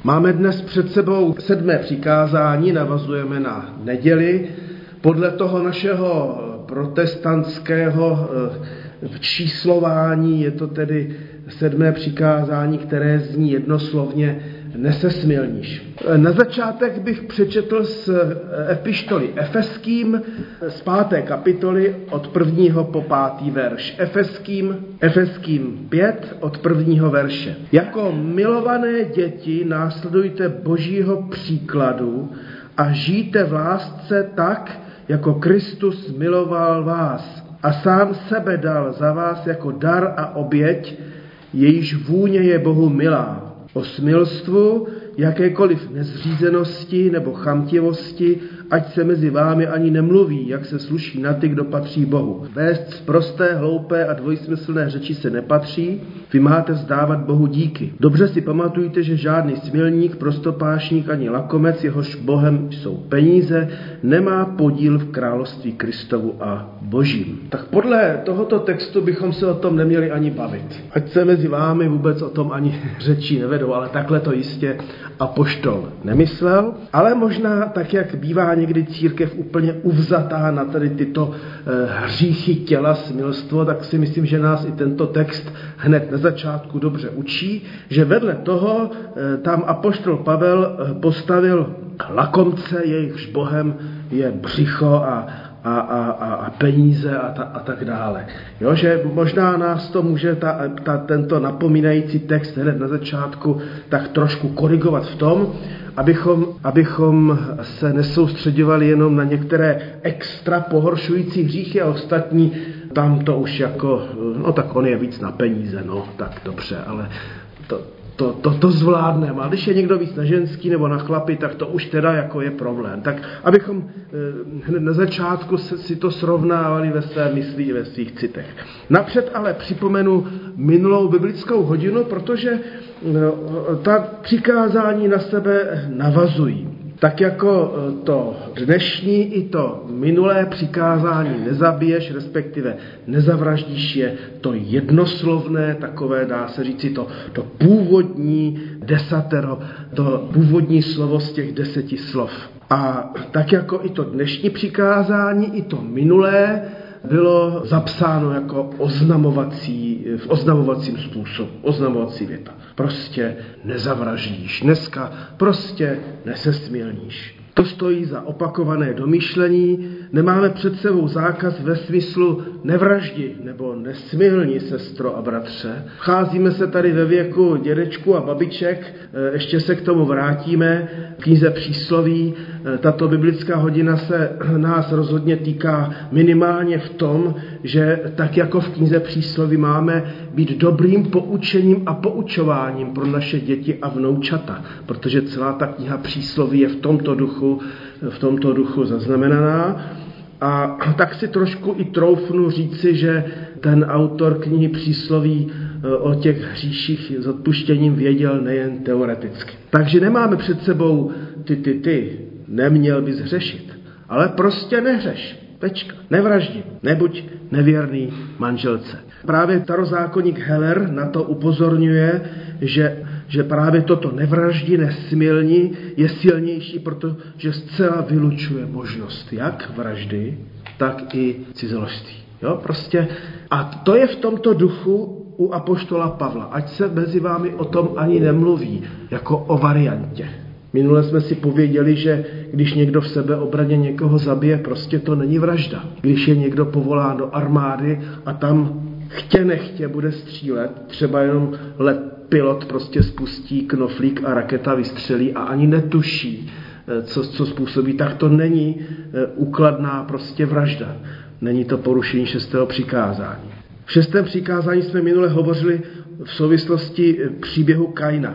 Máme dnes před sebou 7. přikázání, navazujeme na neděli. Podle toho našeho protestantského číslování je to tedy 7. přikázání, které zní jednoslovně nesesmilníš. Na začátek bych přečetl z epištoly Efeským z 5. kapitoly od 1. po 5. verš. Efeským 5 od 1. verše. Jako milované děti následujte Božího příkladu a žijte v lásce tak, jako Kristus miloval vás a sám sebe dal za vás jako dar a oběť, jejíž vůně je Bohu milá. O smilstvu, jakékoliv nezřízenosti nebo chamtivosti, ať se mezi vámi ani nemluví, jak se sluší na ty, kdo patří Bohu. Vést sprosté, hloupé a dvojsmyslné řeči se nepatří, vy máte vzdávat Bohu díky. Dobře si pamatujte, že žádný smilník, prostopášník ani lakomec, jehož Bohem jsou peníze, nemá podíl v království Kristovu a Božím. Tak podle tohoto textu bychom se o tom neměli ani bavit. Ať se mezi vámi vůbec o tom ani řeči nevedou, ale takhle to jistě apoštol nemyslel, ale možná tak, jak bývá někdy církev úplně uvzatá na tady tyto hříchy těla, smilstvo, tak si myslím, že nás i tento text hned na začátku dobře učí, že vedle toho tam apoštol Pavel postavil lakomce, jejichž Bohem je břicho a peníze a tak dále. Jo, že možná nás to může tento napomínající text hned na začátku tak trošku korigovat v tom, abychom se nesoustředovali jenom na některé extra pohoršující hříchy a ostatní, tam to už jako, no tak on je víc na peníze, no tak dobře, ale to zvládneme. A když je někdo víc na ženský nebo na chlapy, tak to už teda jako je problém. Tak abychom hned na začátku si to srovnávali ve své mysli i ve svých citech. Napřed ale připomenu minulou biblickou hodinu, protože ta přikázání na sebe navazují. Tak jako to dnešní i to minulé přikázání nezabiješ, respektive nezavraždíš, je to jednoslovné, takové dá se říci to původní desatero, to původní slovo z těch 10 slov. A tak jako i to dnešní přikázání, i to minulé bylo zapsáno jako v oznamovacím způsobu, oznamovací věta. Prostě nezavraždíš. Dneska prostě nesesmilníš. To stojí za opakované domýšlení. Nemáme před sebou zákaz ve smyslu nevraždi nebo nesmilni, sestro a bratře. Vcházíme se tady ve věku dědečků a babiček, ještě se k tomu vrátíme. V knize Přísloví tato biblická hodina se nás rozhodně týká minimálně v tom, že tak jako v knize Přísloví máme být dobrým poučením a poučováním pro naše děti a vnoučata, protože celá ta kniha Přísloví je v tomto duchu zaznamenaná. A tak si trošku i troufnu říci, že ten autor knihy Přísloví o těch hříších s odpuštěním věděl nejen teoreticky. Takže nemáme před sebou ty, neměl bys hřešit, ale prostě nehřeš. Tečka. Nevraždi, nebuď nevěrný manželce. Právě starozákonník Heller na to upozorňuje, že právě toto nevraždi, nesmilni je silnější, protože zcela vylučuje možnost jak vraždy, tak i cizoložství. Jo, prostě. A to je v tomto duchu u apoštola Pavla. Ať se mezi vámi o tom ani nemluví, jako o variantě. Minule jsme si pověděli, že když někdo v sebeobraně někoho zabije, prostě to není vražda. Když je někdo povolán do armády a tam chtě nechtě bude střílet, třeba jenom pilot prostě spustí knoflík a raketa vystřelí a ani netuší, co způsobí, tak to není úkladná prostě vražda. Není to porušení 6. přikázání. V 6. přikázání jsme minule hovořili v souvislosti příběhu Kaina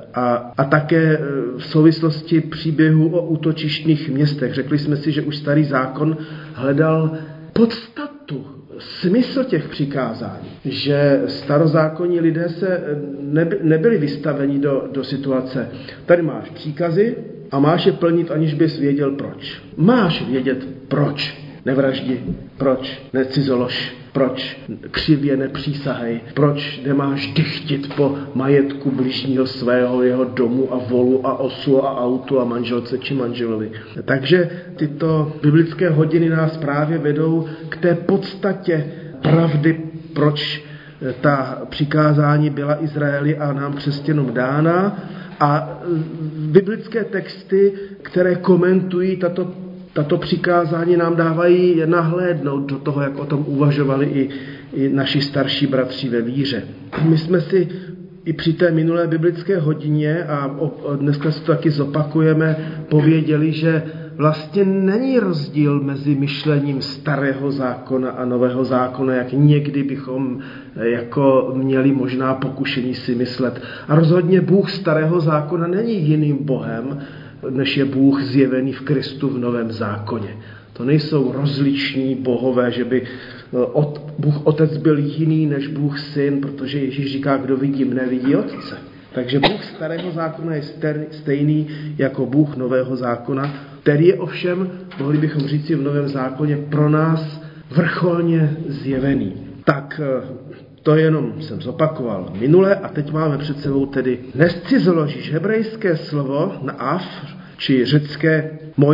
a také v souvislosti příběhu o útočištných městech. Řekli jsme si, že už Starý zákon hledal podstatu, smysl těch přikázání, že starozákonní lidé se nebyli vystaveni do situace. Tady máš příkazy a máš je plnit, aniž bys věděl proč. Máš vědět proč. nevraždi, proč necizolož, proč křivě nepřísahej, proč nemáš dychtit po majetku bližního svého, jeho domu a volu a osu a autu a manželce či manželovi. Takže tyto biblické hodiny nás právě vedou k té podstatě pravdy, proč ta přikázání byla Izraeli a nám křesťanům dána, a biblické texty, které komentují tato přikázání, nám dávají nahlédnout do toho, jak o tom uvažovali i naši starší bratři ve víře. My jsme si i při té minulé biblické hodině, a dneska si to taky zopakujeme, pověděli, že vlastně není rozdíl mezi myšlením starého zákona a nového zákona, jak někdy bychom jako měli možná pokušení si myslet. A rozhodně Bůh starého zákona není jiným Bohem, než je Bůh zjevený v Kristu v novém zákoně. To nejsou rozliční bohové, že by Bůh Otec byl jiný než Bůh Syn, protože Ježíš říká, kdo vidí mne, vidí Otce. Takže Bůh starého zákona je stejný jako Bůh nového zákona, který je ovšem, mohli bychom říci v novém zákoně, pro nás vrcholně zjevený. Tak to jenom jsem zopakoval minule a teď máme před sebou tedy nescizoložíš, hebrejské slovo naaf, či řecké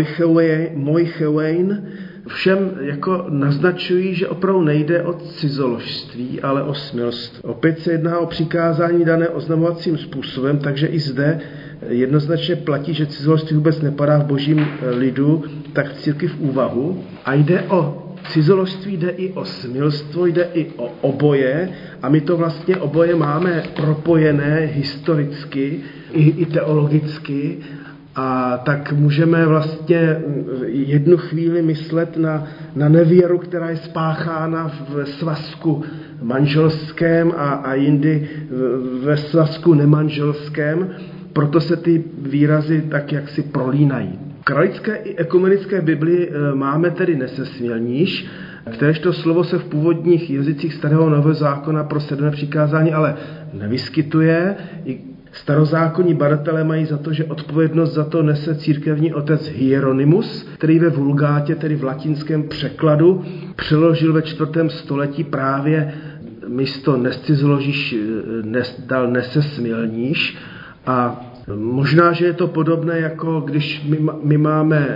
mojchewein, všem jako naznačují, že opravdu nejde o cizoložství, ale o smilstvo. Opět se jedná o přikázání dané oznamovacím způsobem, takže i zde jednoznačně platí, že cizoložství vůbec nepadá v božím lidu, tak v církvi v úvahu. A jde o cizoložství, jde i o smilstvo, jde i o oboje, a my to vlastně oboje máme propojené historicky i teologicky. A tak můžeme vlastně jednu chvíli myslet na nevěru, která je spáchána v svazku manželském a jindy ve svazku nemanželském, proto se ty výrazy tak jaksi prolínají. V kralické i ekumenické Biblii máme tedy nesesmělníš, kteréžto slovo se v původních jazycích starého nového zákona pro 7. přikázání ale nevyskytuje. Starozákonní badatelé mají za to, že odpovědnost za to nese církevní otec Hieronymus, který ve Vulgátě, tedy v latinském překladu, přeložil ve 4. století právě místo nescizoložíš dal nesesmělníš. A možná, že je to podobné, jako když my máme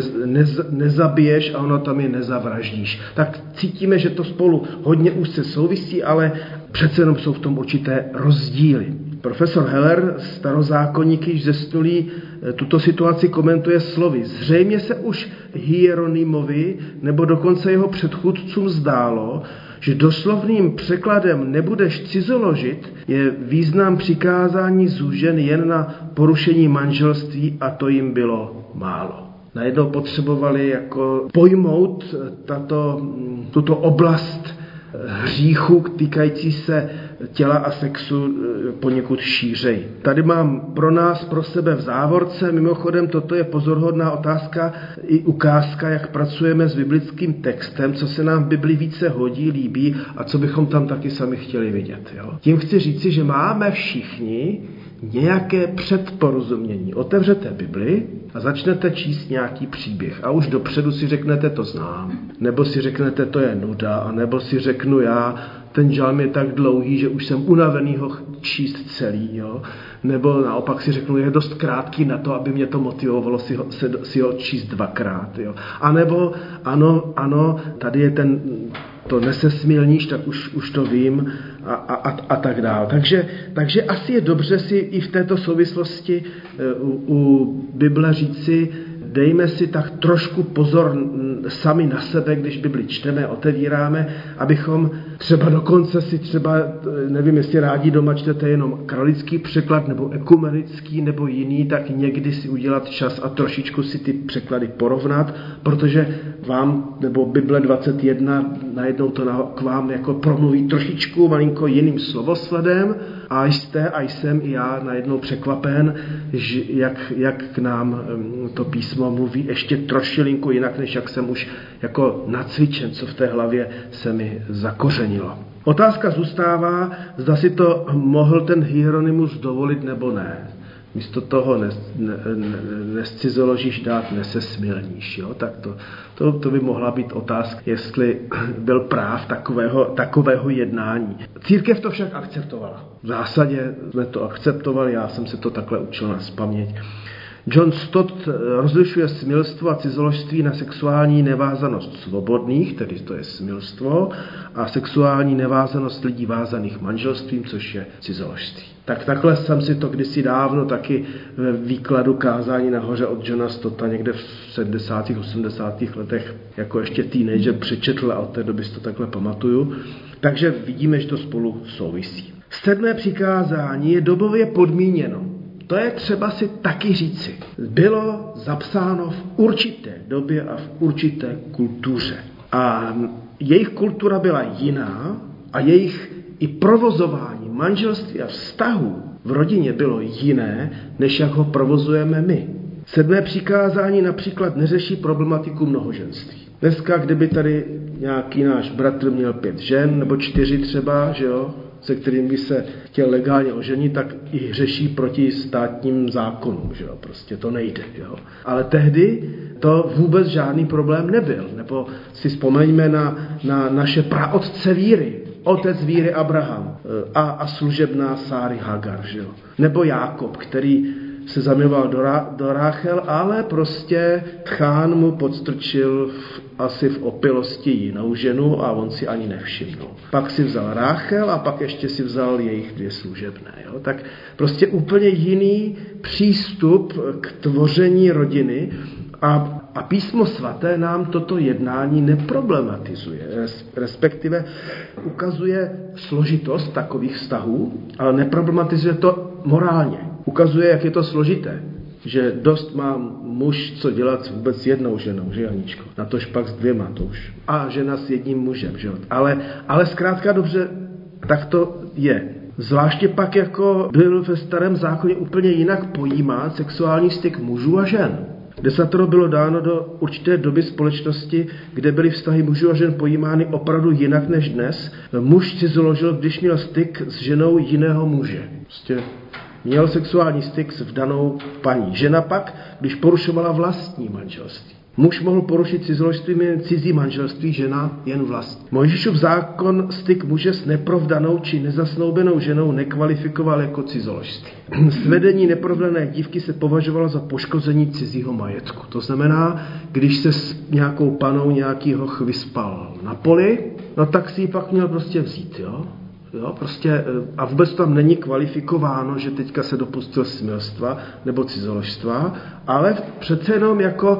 nezabiješ a ono tam je nezavraždíš. Tak cítíme, že to spolu hodně úzce souvisí, ale přece jenom jsou v tom určité rozdíly. Profesor Heller, starozákonník, již zesnulý, tuto situaci komentuje slovy. Zřejmě se už Hieronymovi nebo dokonce jeho předchůdcům zdálo, že doslovným překladem nebudeš cizoložit je význam přikázání zúžen jen na porušení manželství a to jim bylo málo. Najednou potřebovali jako pojmout tuto oblast hříchu týkající se těla a sexu poněkud šířej. Tady mám pro nás, pro sebe v závorce, mimochodem toto je pozoruhodná otázka i ukázka, jak pracujeme s biblickým textem, co se nám v Bibli více hodí, líbí a co bychom tam taky sami chtěli vidět. Jo? Tím chci říci, že máme všichni nějaké předporozumění. Otevřete Bibli a začnete číst nějaký příběh a už dopředu si řeknete, to znám, nebo si řeknete, to je nuda, a nebo si řeknu já, ten žalm je tak dlouhý, že už jsem unavený ho číst celý, jo? Nebo naopak si řeknu, je dost krátký na to, aby mě to motivovalo si ho číst dvakrát. Jo? A nebo ano, tady je to nesesmělníš, tak už to vím a tak dále. Takže asi je dobře si i v této souvislosti u Bible říci, dejme si tak trošku pozor sami na sebe, když Bibli čteme, otevíráme, abychom třeba dokonce si nevím, jestli rádi doma čtete jenom kralický překlad, nebo ekumenický, nebo jiný, tak někdy si udělat čas a trošičku si ty překlady porovnat, protože vám, nebo Bible 21, najednou to k vám jako promluví trošičku malinko jiným slovosledem a jste a jsem i já najednou překvapen, že jak k nám to písmo mluví ještě trošilinku jinak, než jak jsem už jako nacvičen, co v té hlavě se mi zakořenilo. Otázka zůstává, zda si to mohl ten Hieronymus dovolit nebo ne. místo toho nescizoložíš dát nesesmilníš. Jo? Tak to by mohla být otázka, jestli byl práv takového jednání. Církev to však akceptovala. V zásadě jsme to akceptovali, já jsem se to takhle učil nazpaměť. John Stott rozlišuje smilstvo a cizoložství na sexuální nevázanost svobodných, tedy to je smilstvo, a sexuální nevázanost lidí vázaných manželstvím, což je cizoložství. Tak takhle jsem si to kdysi dávno taky ve výkladu kázání nahoře od Johna Stotta někde v 70. 80. letech jako ještě teenager přečetl a od té doby si to takhle pamatuju. Takže vidíme, že to spolu souvisí. 7. přikázání je dobově podmíněno. To je třeba si taky říci. Bylo zapsáno v určité době a v určité kultuře. A jejich kultura byla jiná a jejich i provozování manželství a vztahu v rodině bylo jiné, než jak ho provozujeme my. 7. přikázání například neřeší problematiku mnohoženství. Dneska, kdyby tady nějaký náš bratr měl 5 žen, nebo 4 třeba, že jo, se kterým by se chtěl legálně oženit, tak i řeší proti státním zákonům, že jo, prostě to nejde, jo. Ale tehdy to vůbec žádný problém nebyl, nebo si vzpomeňme na naše praotce víry, otec víry Abraham a služebná Sáry Hagar, že jo. Nebo Jákob, který se zamiloval do Ráchel, ale prostě Chán mu podstrčil asi v opilosti jinou ženu a on si ani nevšimnul. Pak si vzal Ráchel a pak ještě si vzal jejich 2 služebné. Jo? Tak prostě úplně jiný přístup k tvoření rodiny a Písmo svaté nám toto jednání neproblematizuje, respektive ukazuje složitost takových vztahů, ale neproblematizuje to morálně. Ukazuje, jak je to složité, že dost má muž co dělat vůbec s jednou ženou, že Janíčko? Natož pak s 2, to už. A žena s jedním mužem, že jo? Ale zkrátka dobře, tak to je. Zvláště pak jako byl ve Starém zákoně úplně jinak pojímán sexuální styk mužů a žen. Desatero bylo dáno do určité doby společnosti, kde byly vztahy mužů a žen pojímány opravdu jinak než dnes. Muž cizoložil, když měl styk s ženou jiného muže. Prostě měl sexuální styk s vdanou paní. Žena pak, když porušovala vlastní manželství. Muž mohl porušit cizoložstvím jen cizí manželství, žena jen vlastní. Mojžíšův zákon styk muže s neprovdanou či nezasnoubenou ženou nekvalifikoval jako cizoložství. Svedení neprovdané dívky se považovalo za poškození cizího majetku. To znamená, když se s nějakou panou nějaký hoch vyspal na poli, no tak si ji pak měl prostě vzít, jo? Jo, prostě, a vůbec tam není kvalifikováno, že teďka se dopustil smilstva nebo cizoložstva, ale přece jenom jako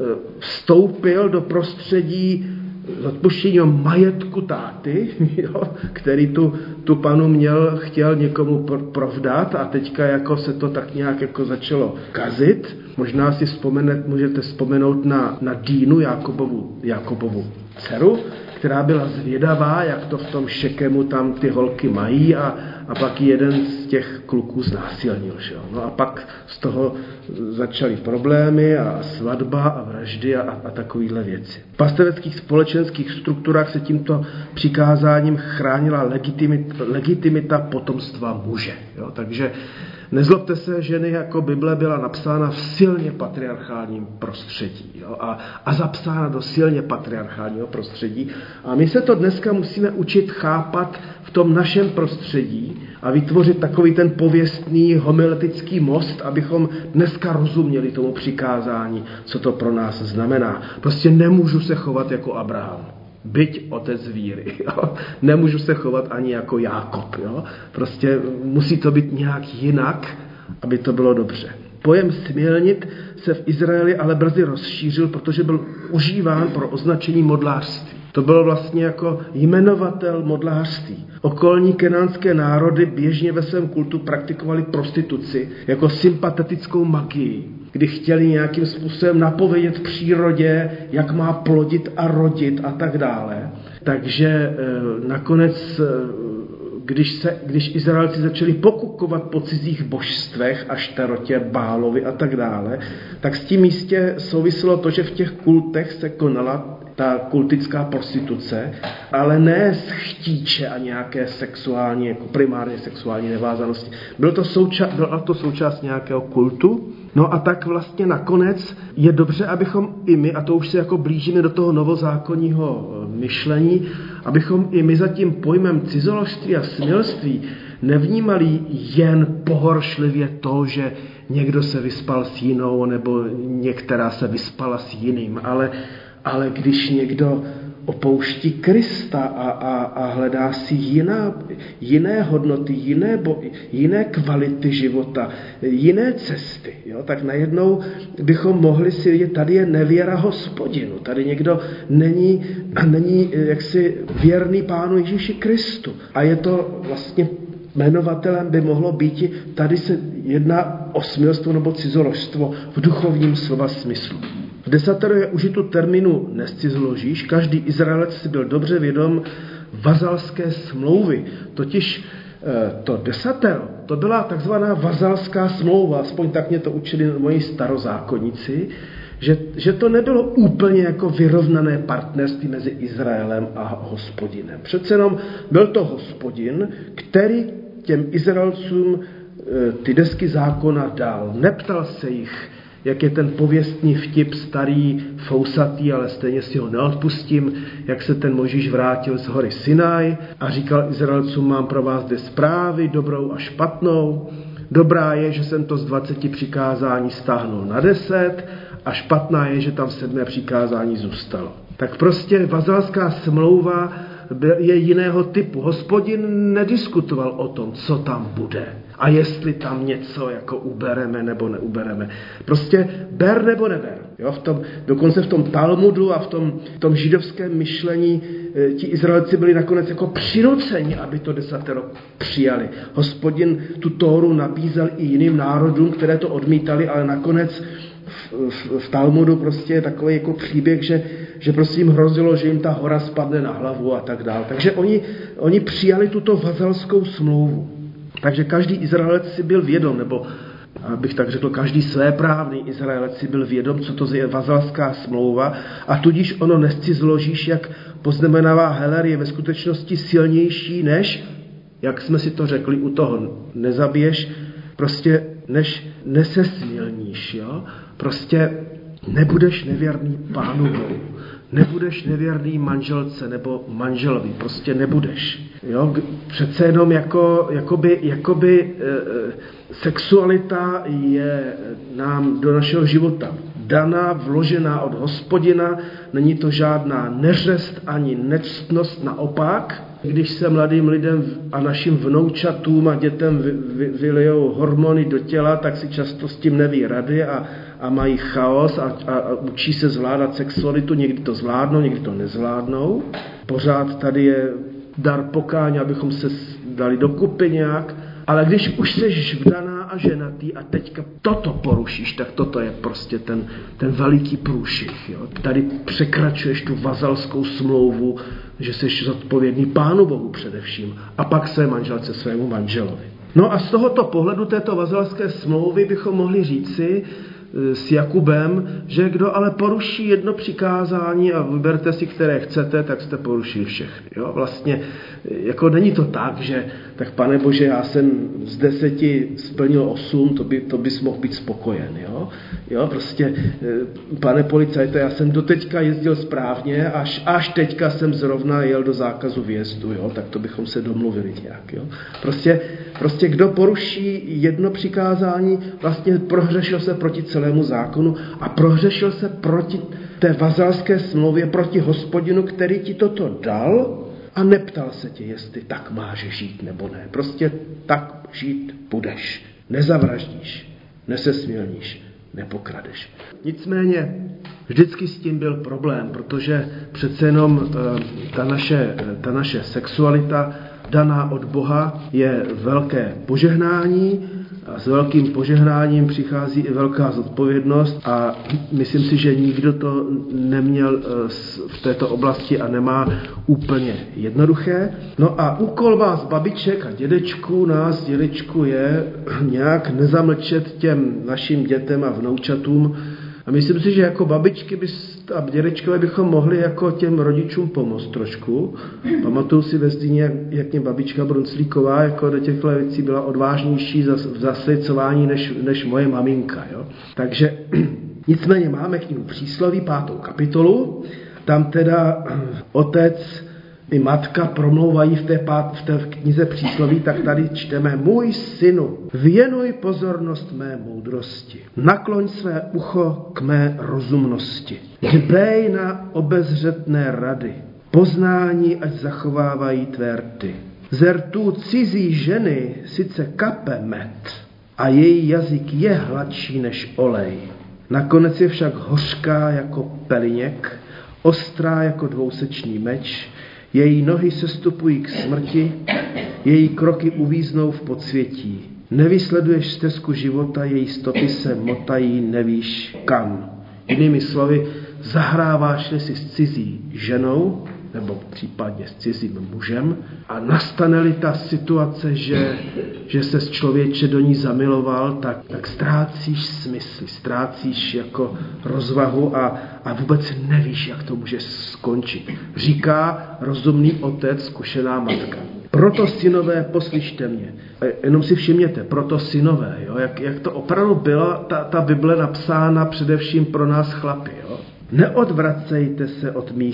vstoupil do prostředí odpuštěního majetku táty, jo, který tu panu chtěl někomu provdat a teďka jako se to tak nějak jako začalo kazit. Možná si můžete vzpomenout na Dínu, Jakobovu dceru, která byla zvědavá, jak to v tom Šekemu tam ty holky mají a pak jeden z těch kluků znásilnil. Že? No a pak z toho začaly problémy a svatba a vraždy a takovéhle věci. V pasteveckých společenských strukturách se tímto přikázáním chránila legitimita potomstva muže. Jo? Takže nezlobte se, ženy jako Bible byla napsána v silně patriarchálním prostředí, jo? A zapsána do silně patriarchálního prostředí. A my se to dneska musíme učit chápat v tom našem prostředí a vytvořit takový ten pověstný homiletický most, abychom dneska rozuměli tomu přikázání, co to pro nás znamená. Prostě nemůžu se chovat jako Abraham. Byť otec víry. Jo? Nemůžu se chovat ani jako Jákob. Jo? Prostě musí to být nějak jinak, aby to bylo dobře. Pojem smilnit se v Izraeli ale brzy rozšířil, protože byl užíván pro označení modlářství. To bylo vlastně jako jmenovatel modlářství. Okolní kenánské národy běžně ve svém kultu praktikovali prostituci jako sympatetickou magii, kdy chtěli nějakým způsobem napovědět přírodě, jak má plodit a rodit a tak dále. Takže nakonec, když Izraelci začali pokukovat po cizích božstvech, Aštarotě, Bálovi a tak dále, tak s tím místě souviselo to, že v těch kultech se konala ta kultická prostituce, ale ne z chtíče a nějaké sexuální, jako primárně sexuální nevázanosti. Byla to součást nějakého kultu. No a tak vlastně nakonec je dobře, abychom i my, a to už se jako blížíme do toho novozákonního myšlení, abychom i my za tím pojmem cizoložství a smělství nevnímali jen pohoršlivě to, že někdo se vyspal s jinou, nebo některá se vyspala s jiným, ale když někdo opouští Krista a hledá si jiné hodnoty, jiné kvality života, jiné cesty, jo, tak najednou bychom mohli si vidět, tady je nevěra Hospodinu, tady někdo není jaksi věrný Pánu Ježíši Kristu. A je to vlastně jmenovatelem by mohlo být, tady se jedná o smělstvo nebo cizoložstvo v duchovním slova smyslu. V desatero je užito termínu nescizoložíš, každý Izraelec si byl dobře vědom vazalské smlouvy, totiž to desatero, to byla takzvaná vazalská smlouva, aspoň tak mě to učili moji starozákonníci, že to nebylo úplně jako vyrovnané partnerství mezi Izraelem a Hospodinem. Přece jenom byl to Hospodin, který těm Izraelcům ty desky zákona dal. Neptal se jich, jak je ten pověstný vtip starý, fousatý, ale stejně si ho neodpustím, jak se ten Mojžíš vrátil z hory Sinaj a říkal Izraelcům, mám pro vás 2 zprávy, dobrou a špatnou. Dobrá je, že jsem to z 20 přikázání stáhnul na 10 a špatná je, že tam 7. přikázání zůstalo. Tak prostě vazalská smlouva je jiného typu. Hospodin nediskutoval o tom, co tam bude a jestli tam něco jako ubereme nebo neubereme. Prostě ber nebo neber. Jo, dokonce v tom Talmudu a v tom židovském myšlení ti Izraelci byli nakonec jako přinuceni, aby to desatero přijali. Hospodin tu Tóru nabízel i jiným národům, které to odmítali, ale nakonec v Talmudu prostě je takový jako příběh, že prostě jim hrozilo, že jim ta hora spadne na hlavu a tak dále. Takže oni přijali tuto vazalskou smlouvu. Takže každý Izraelec si byl vědom, nebo abych tak řekl, každý svéprávný Izraelec si byl vědom, co to je vazalská smlouva a tudíž ono nescizoložíš, jak poznamenává Heller, je ve skutečnosti silnější než, jak jsme si to řekli, u toho nezabiješ, prostě než nesesmilníš, jo? Prostě nebudeš nevěrný Pánu Bohu, nebudeš nevěrný manželce nebo manželovi, prostě nebudeš. Jo? Přece jenom jakoby sexualita je nám do našeho života daná, vložená od Hospodina, není to žádná neřest ani nectnost, naopak. Když se mladým lidem a našim vnoučatům a dětem vylijou hormony do těla, tak si často s tím neví rady a mají chaos a učí se zvládat sexualitu, někdy to zvládnou, někdy to nezvládnou. Pořád tady je dar pokání, abychom se dali dokupy nějak, ale když už seš vdaná a ženatý a teďka toto porušíš, tak toto je prostě ten veliký průšvih. Jo? Tady překračuješ tu vazalskou smlouvu, že jsi zodpovědný Pánu Bohu především a pak své manželce, svému manželovi. No a z tohoto pohledu této vazalské smlouvy bychom mohli říci s Jakubem, že kdo ale poruší jedno přikázání a vyberte si, které chcete, tak jste porušili všechny. Jo? Vlastně jako není to tak, že tak Pane Bože, já jsem z 10 splnil 8, to bys mohl být spokojen. Jo? Prostě pane policajte, já jsem doteďka jezdil správně, až teďka jsem zrovna jel do zákazu vjezdu, jo? Tak to bychom se domluvili nějak. Jo? Prostě kdo poruší jedno přikázání, vlastně prohřešil se proti celému zákonu a prohřešil se proti té vazalské smlouvě, proti Hospodinu, který ti toto dal a neptal se tě, jestli tak máš žít nebo ne. Prostě tak žít budeš. Nezavraždíš, nesesmělníš, nepokradeš. Nicméně vždycky s tím byl problém, protože přece jenom ta naše sexualita daná od Boha je velké požehnání a s velkým požehnáním přichází i velká zodpovědnost a myslím si, že nikdo to neměl v této oblasti a nemá úplně jednoduché. No a úkol vás, babiček a dědečků, nás, dědečku, je nějak nezamlčet těm našim dětem a vnoučatům A myslím si, že jako babičky a dědečkové bychom mohli jako těm rodičům pomoct trošku. Pamatuju si ve Zdíně, jak mě babička Brunclíková jako do těchto věcí byla odvážnější v zasvěcování než moje maminka. Jo? Takže nicméně máme k němu přísloví 5. kapitolu. Tam teda otec i matka promlouvají v té knize přísloví, tak tady čteme: Můj synu, věnuj pozornost mé moudrosti, nakloň své ucho k mé rozumnosti, dbej na obezřetné rady, poznání ať zachovávají tvé rty. Ze rtů cizí ženy sice kape med a její jazyk je hladší než olej. Nakonec je však hořká jako peliněk, ostrá jako dvousečný meč, její nohy sestupují k smrti, její kroky uvíznou v podsvětí. Nevysleduješ stezku života, její stopy se motají nevíš kam. Jinými slovy, zahráváš-li si s cizí ženou, nebo případně s cizím mužem, a nastane-li ta situace, že se člověče do ní zamiloval, tak ztrácíš smysl, ztrácíš jako rozvahu a vůbec nevíš, jak to může skončit. Říká rozumný otec, zkušená matka. Proto, synové, poslyšte mě. Jenom si všimněte, proto synové, jo? Jak to opravdu byla ta Bible napsána především pro nás chlapy. Jo? Neodvracejte se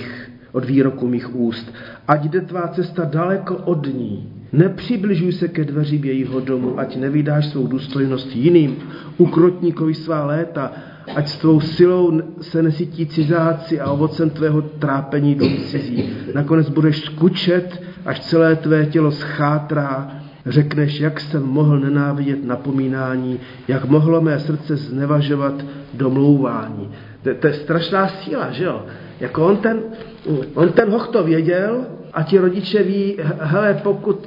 od výroku mých úst, ať jde tvá cesta daleko od ní. Nepřibližuj se ke dveřím jejího domu, ať nevydáš svou důstojnost jiným, ukrotníkovi svá léta, ať s tvou silou se nesytí cizáci a ovocem tvého trápení dom cizí. Nakonec budeš skučet, až celé tvé tělo schátrá. Řekneš, jak jsem mohl nenávidět napomínání, jak mohlo mé srdce znevažovat domlouvání. To je strašná síla, že jo? Jako on ten hoch to věděl a ti rodiče ví, hele,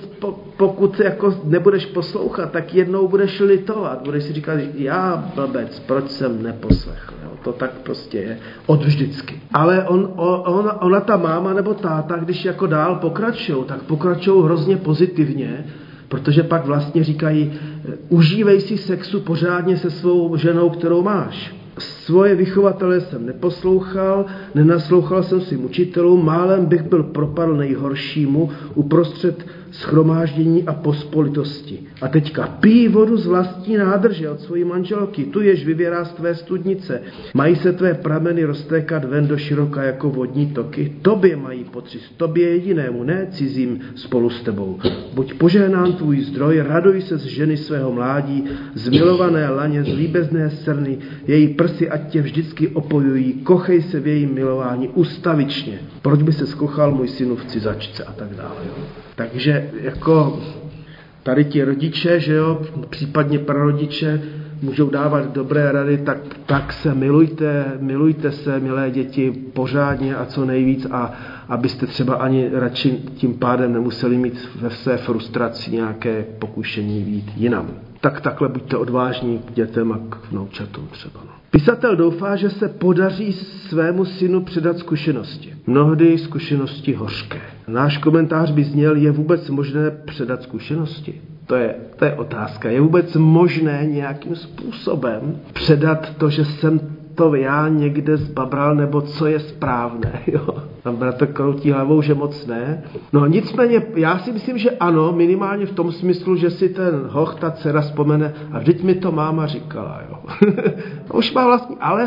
pokud jako nebudeš poslouchat, tak jednou budeš litovat. Budeš si říkat, já blbec, proč jsem neposlechl. Jo? To tak prostě je od vždycky. Ale ona ta máma nebo táta, když jako dál pokračují, tak pokračují hrozně pozitivně, protože pak vlastně říkají, užívej si sexu pořádně se svou ženou, kterou máš. Svoje vychovatele jsem neposlouchal, nenaslouchal jsem svým učitelům, málem bych byl propadl nejhoršímu uprostřed shromáždění a pospolitosti. A teďka pij vodu z vlastní nádrže od svojí manželky, tu jež vyvěrá z tvé studnice. Mají se tvé prameny roztékat ven do široka jako vodní toky, tobě mají potřist, tobě jedinému, ne cizím spolu s tebou. Buď požehnán tvůj zdroj, raduj se z ženy svého mládí, z milované laně, z líbezné srny, její prsy ať tě vždycky opojují, kochej se v jejím milování ustavičně. Proč by se skochal můj synu v cizačce a tak dále. Jo? Takže jako tady ti rodiče, že jo, případně prarodiče můžou dávat dobré rady, tak se milujte se, milé děti, pořádně a co nejvíc, a abyste třeba ani radši tím pádem nemuseli mít ve své frustraci nějaké pokušení jít jinam. Tak takhle buďte odvážní k dětem a k vnoučatům třeba. No. Pisatel doufá, že se podaří svému synu předat zkušenosti. Mnohdy zkušenosti hořké. Náš komentář by zněl, je vůbec možné předat zkušenosti? To je otázka. Je vůbec možné nějakým způsobem předat to, že jsem to já někde zbabral, nebo co je správné, jo? Tam bratr kroutí hlavou, že moc ne. No nicméně, já si myslím, že ano, minimálně v tom smyslu, že si ten hoch, ta dcera vzpomene, a vždyť mi to máma říkala, jo. Už má vlastně, ale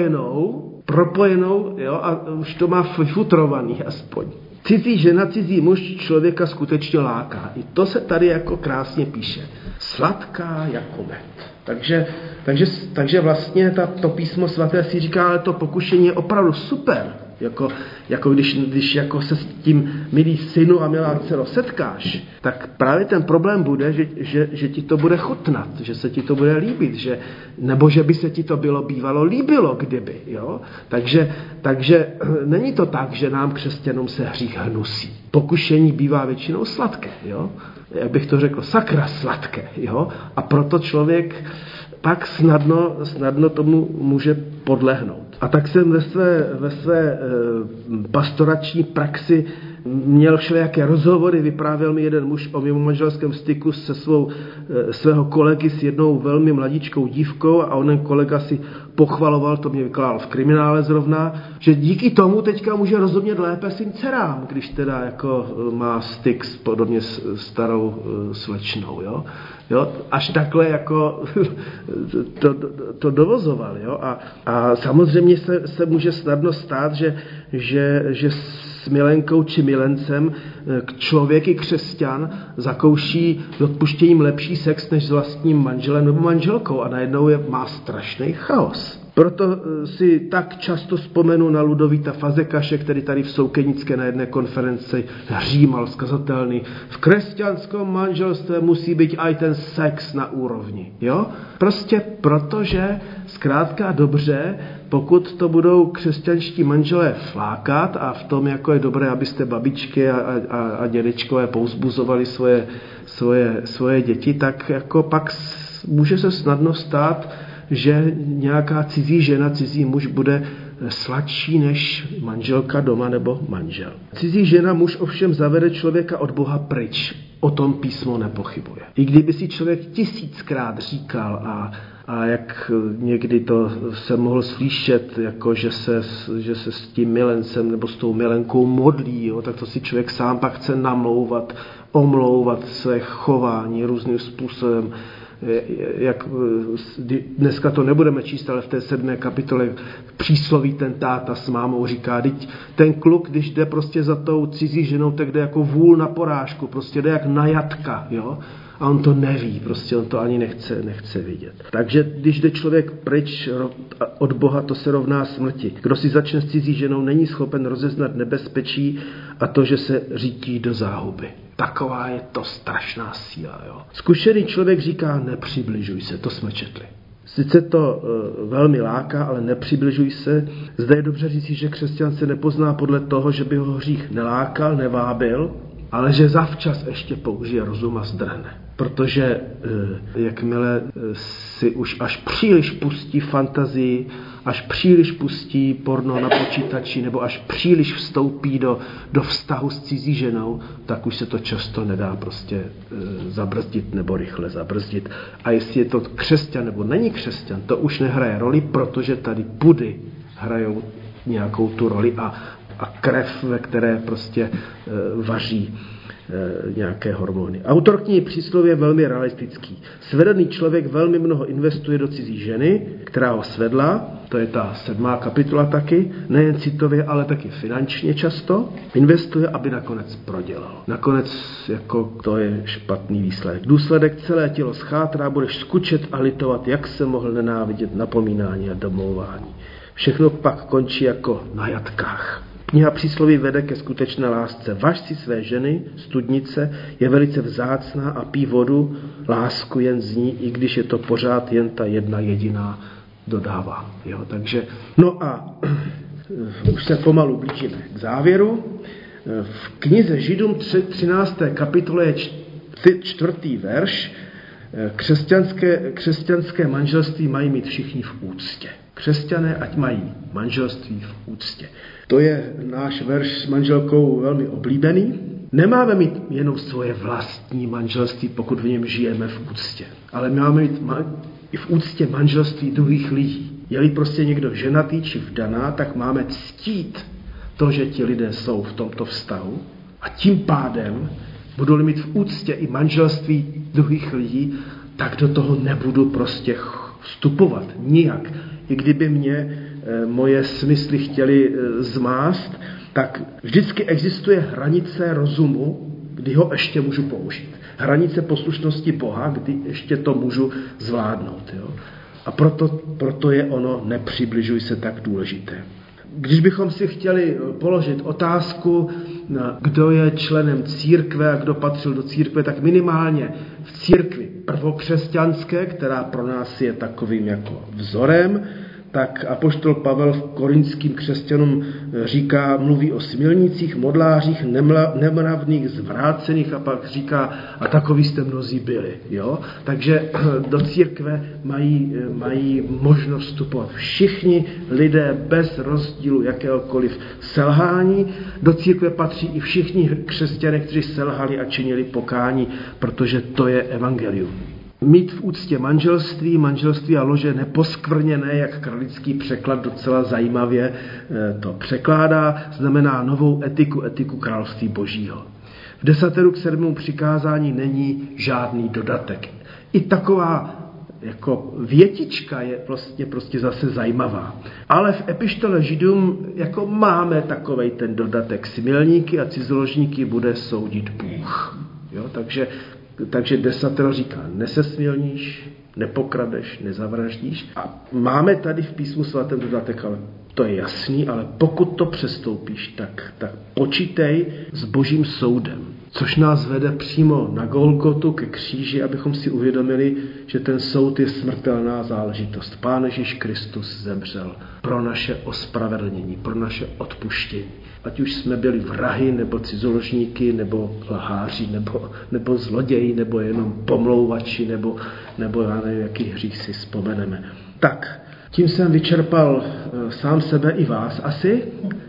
propojenou, jo, a už to má futrovaný aspoň. Cizí žena, cizí muž člověka skutečně láká. I to se tady jako krásně píše. Sladká jako med. Takže vlastně to písmo svaté si říká, ale to pokušení je opravdu super. Jako když jako se s tím, milý synu a milá dcero, setkáš, tak právě ten problém bude, že ti to bude chutnat, že se ti to bude líbit, nebo že by se ti to bývalo líbilo, kdyby. Jo? Takže není to tak, že nám křesťanům se hřích hnusí. Pokušení bývá většinou sladké, jo? Jak bych to řekl, sakra sladké. Jo? A proto člověk pak snadno tomu může podlehnout. A tak jsem ve své pastorační praxi měl všelijaké rozhovory, vyprávěl mi jeden muž o mimomanželském styku svého kolegy s jednou velmi mladičkou dívkou a onen kolega si pochvaloval, to mě vykládal v Kriminále zrovna, že díky tomu teďka může rozumět lépe svým dcerám, když teda jako má styk s podobně starou slečnou, jo. Až takhle jako to dovozoval. Jo? A samozřejmě se může snadno stát, že s milenkou či milencem člověk i křesťan zakouší odpuštěním lepší sex než s vlastním manželem nebo manželkou a najednou má strašný chaos. Proto si tak často vzpomenu na Ludovíta Fazekaše, který tady v Soukenické na jedné konferenci hřímal skazatelný. V křesťanském manželství musí být i ten sex na úrovni. Jo? Prostě protože zkrátka dobře, pokud to budou křesťanští manželé flákat a v tom jako je dobré, abyste babičky a dědečkové povzbuzovali svoje děti, tak jako pak může se snadno stát, že nějaká cizí žena, cizí muž bude sladší než manželka doma nebo manžel. Cizí žena, muž ovšem zavede člověka od Boha pryč. O tom písmo nepochybuje. I kdyby si člověk 1000krát říkal a jak někdy to se mohl slyšet, jako že se s tím milencem nebo s tou milenkou modlí, jo, tak to si člověk sám pak chce namlouvat, omlouvat své chování různým způsobem. Jak dneska to nebudeme číst, ale v té 7. kapitole přísloví ten táta s mámou říká, ten kluk, když jde prostě za tou cizí ženou, tak jde jako vůl na porážku, prostě jde jak na jatka, jo? A on to neví, prostě on to ani nechce vidět. Takže když jde člověk pryč od Boha, to se rovná smrti. Kdo si začne s cizí ženou, není schopen rozeznat nebezpečí a to, že se řítí do záhuby. Taková je to strašná síla. Jo? Zkušený člověk říká, nepřibližuj se, to jsme četli. Sice to velmi láká, ale nepřibližuj se. Zde je dobře říct, že křesťan se nepozná podle toho, že by ho hřích nelákal, nevábil, ale že zavčas ještě použije rozum a zdrhne. Protože jakmile si už až příliš pustí fantazii, až příliš pustí porno na počítači nebo až příliš vstoupí do vztahu s cizí ženou, tak už se to často nedá prostě zabrzdit nebo rychle zabrzdit. A jestli je to křesťan nebo není křesťan, to už nehraje roli, protože tady pudy hrajou nějakou tu roli a krev, ve které prostě vaří nějaké hormony. Autor knihy Přísloví je velmi realistický. Svedený člověk velmi mnoho investuje do cizí ženy, která ho svedla, to je ta 7. kapitola taky, nejen citově, ale taky finančně často, investuje, aby nakonec prodělal. Nakonec jako to je špatný výsledek. Důsledek celé tělo schátrá, budeš skučet a litovat, jak se mohl nenávidět napomínání a domlouvání. Všechno pak končí jako na jatkách. Kniha Přísloví vede ke skutečné lásce. Važ si své ženy, studnice, je velice vzácná a pí vodu, lásku jen z ní, i když je to pořád jen ta jedna jediná, dodává. Jo, takže, no a už se pomalu blížíme k závěru. V knize Židům 13. kapitole je 4. verš. Křesťanské manželství mají mít všichni v úctě. Křesťané, ať mají manželství v úctě. To je náš verš s manželkou velmi oblíbený. Nemáme mít jenom svoje vlastní manželství, pokud v něm žijeme v úctě. Ale máme mít i v úctě manželství druhých lidí. Je-li prostě někdo ženatý či vdaná, tak máme ctít to, že ti lidé jsou v tomto vztahu. A tím pádem, budu-li mít v úctě i manželství druhých lidí, tak do toho nebudu prostě vstupovat nijak. I kdyby mě moje smysly chtěly zmást, tak vždycky existuje hranice rozumu, kdy ho ještě můžu použít. Hranice poslušnosti Boha, kdy ještě to můžu zvládnout. Jo? A proto je ono nepřibližuj se tak důležité. Když bychom si chtěli položit otázku, kdo je členem církve a kdo patřil do církve, tak minimálně v církvi prvokřesťanské, která pro nás je takovým jako vzorem, tak apoštol Pavel v korinským křesťanům mluví o smilnících, modlářích, nemravných, zvrácených a pak říká, a takoví jste mnozí byli. Jo? Takže do církve mají možnost vstupovat všichni lidé bez rozdílu jakéhokoliv selhání. Do církve patří i všichni křesťané, kteří selhali a činili pokání, protože to je evangelium. Mít v úctě manželství a lože neposkvrněné, jak kralický překlad docela zajímavě to překládá, znamená novou etiku království božího. V 10 k 7 přikázání není žádný dodatek. I taková jako větička je prostě zase zajímavá. Ale v epištole Židům jako máme takovej ten dodatek. Smilníky a cizoložníky bude soudit Bůh. Jo, takže 10 říká, nesesmilníš, nepokradeš, nezavraždíš. A máme tady v písmu svatém dodatek, ale to je jasný, ale pokud to přestoupíš, tak počítej s božím soudem. Což nás vede přímo na Golgotu ke kříži, abychom si uvědomili, že ten soud je smrtelná záležitost. Pán Ježíš Kristus zemřel pro naše ospravedlnění, pro naše odpuštění. Ať už jsme byli vrahy, nebo cizoložníky, nebo lháři, nebo zloději, nebo jenom pomlouvači, nebo já nevím, jaký hřích si vzpomeneme. Tak, tím jsem vyčerpal sám sebe i vás asi.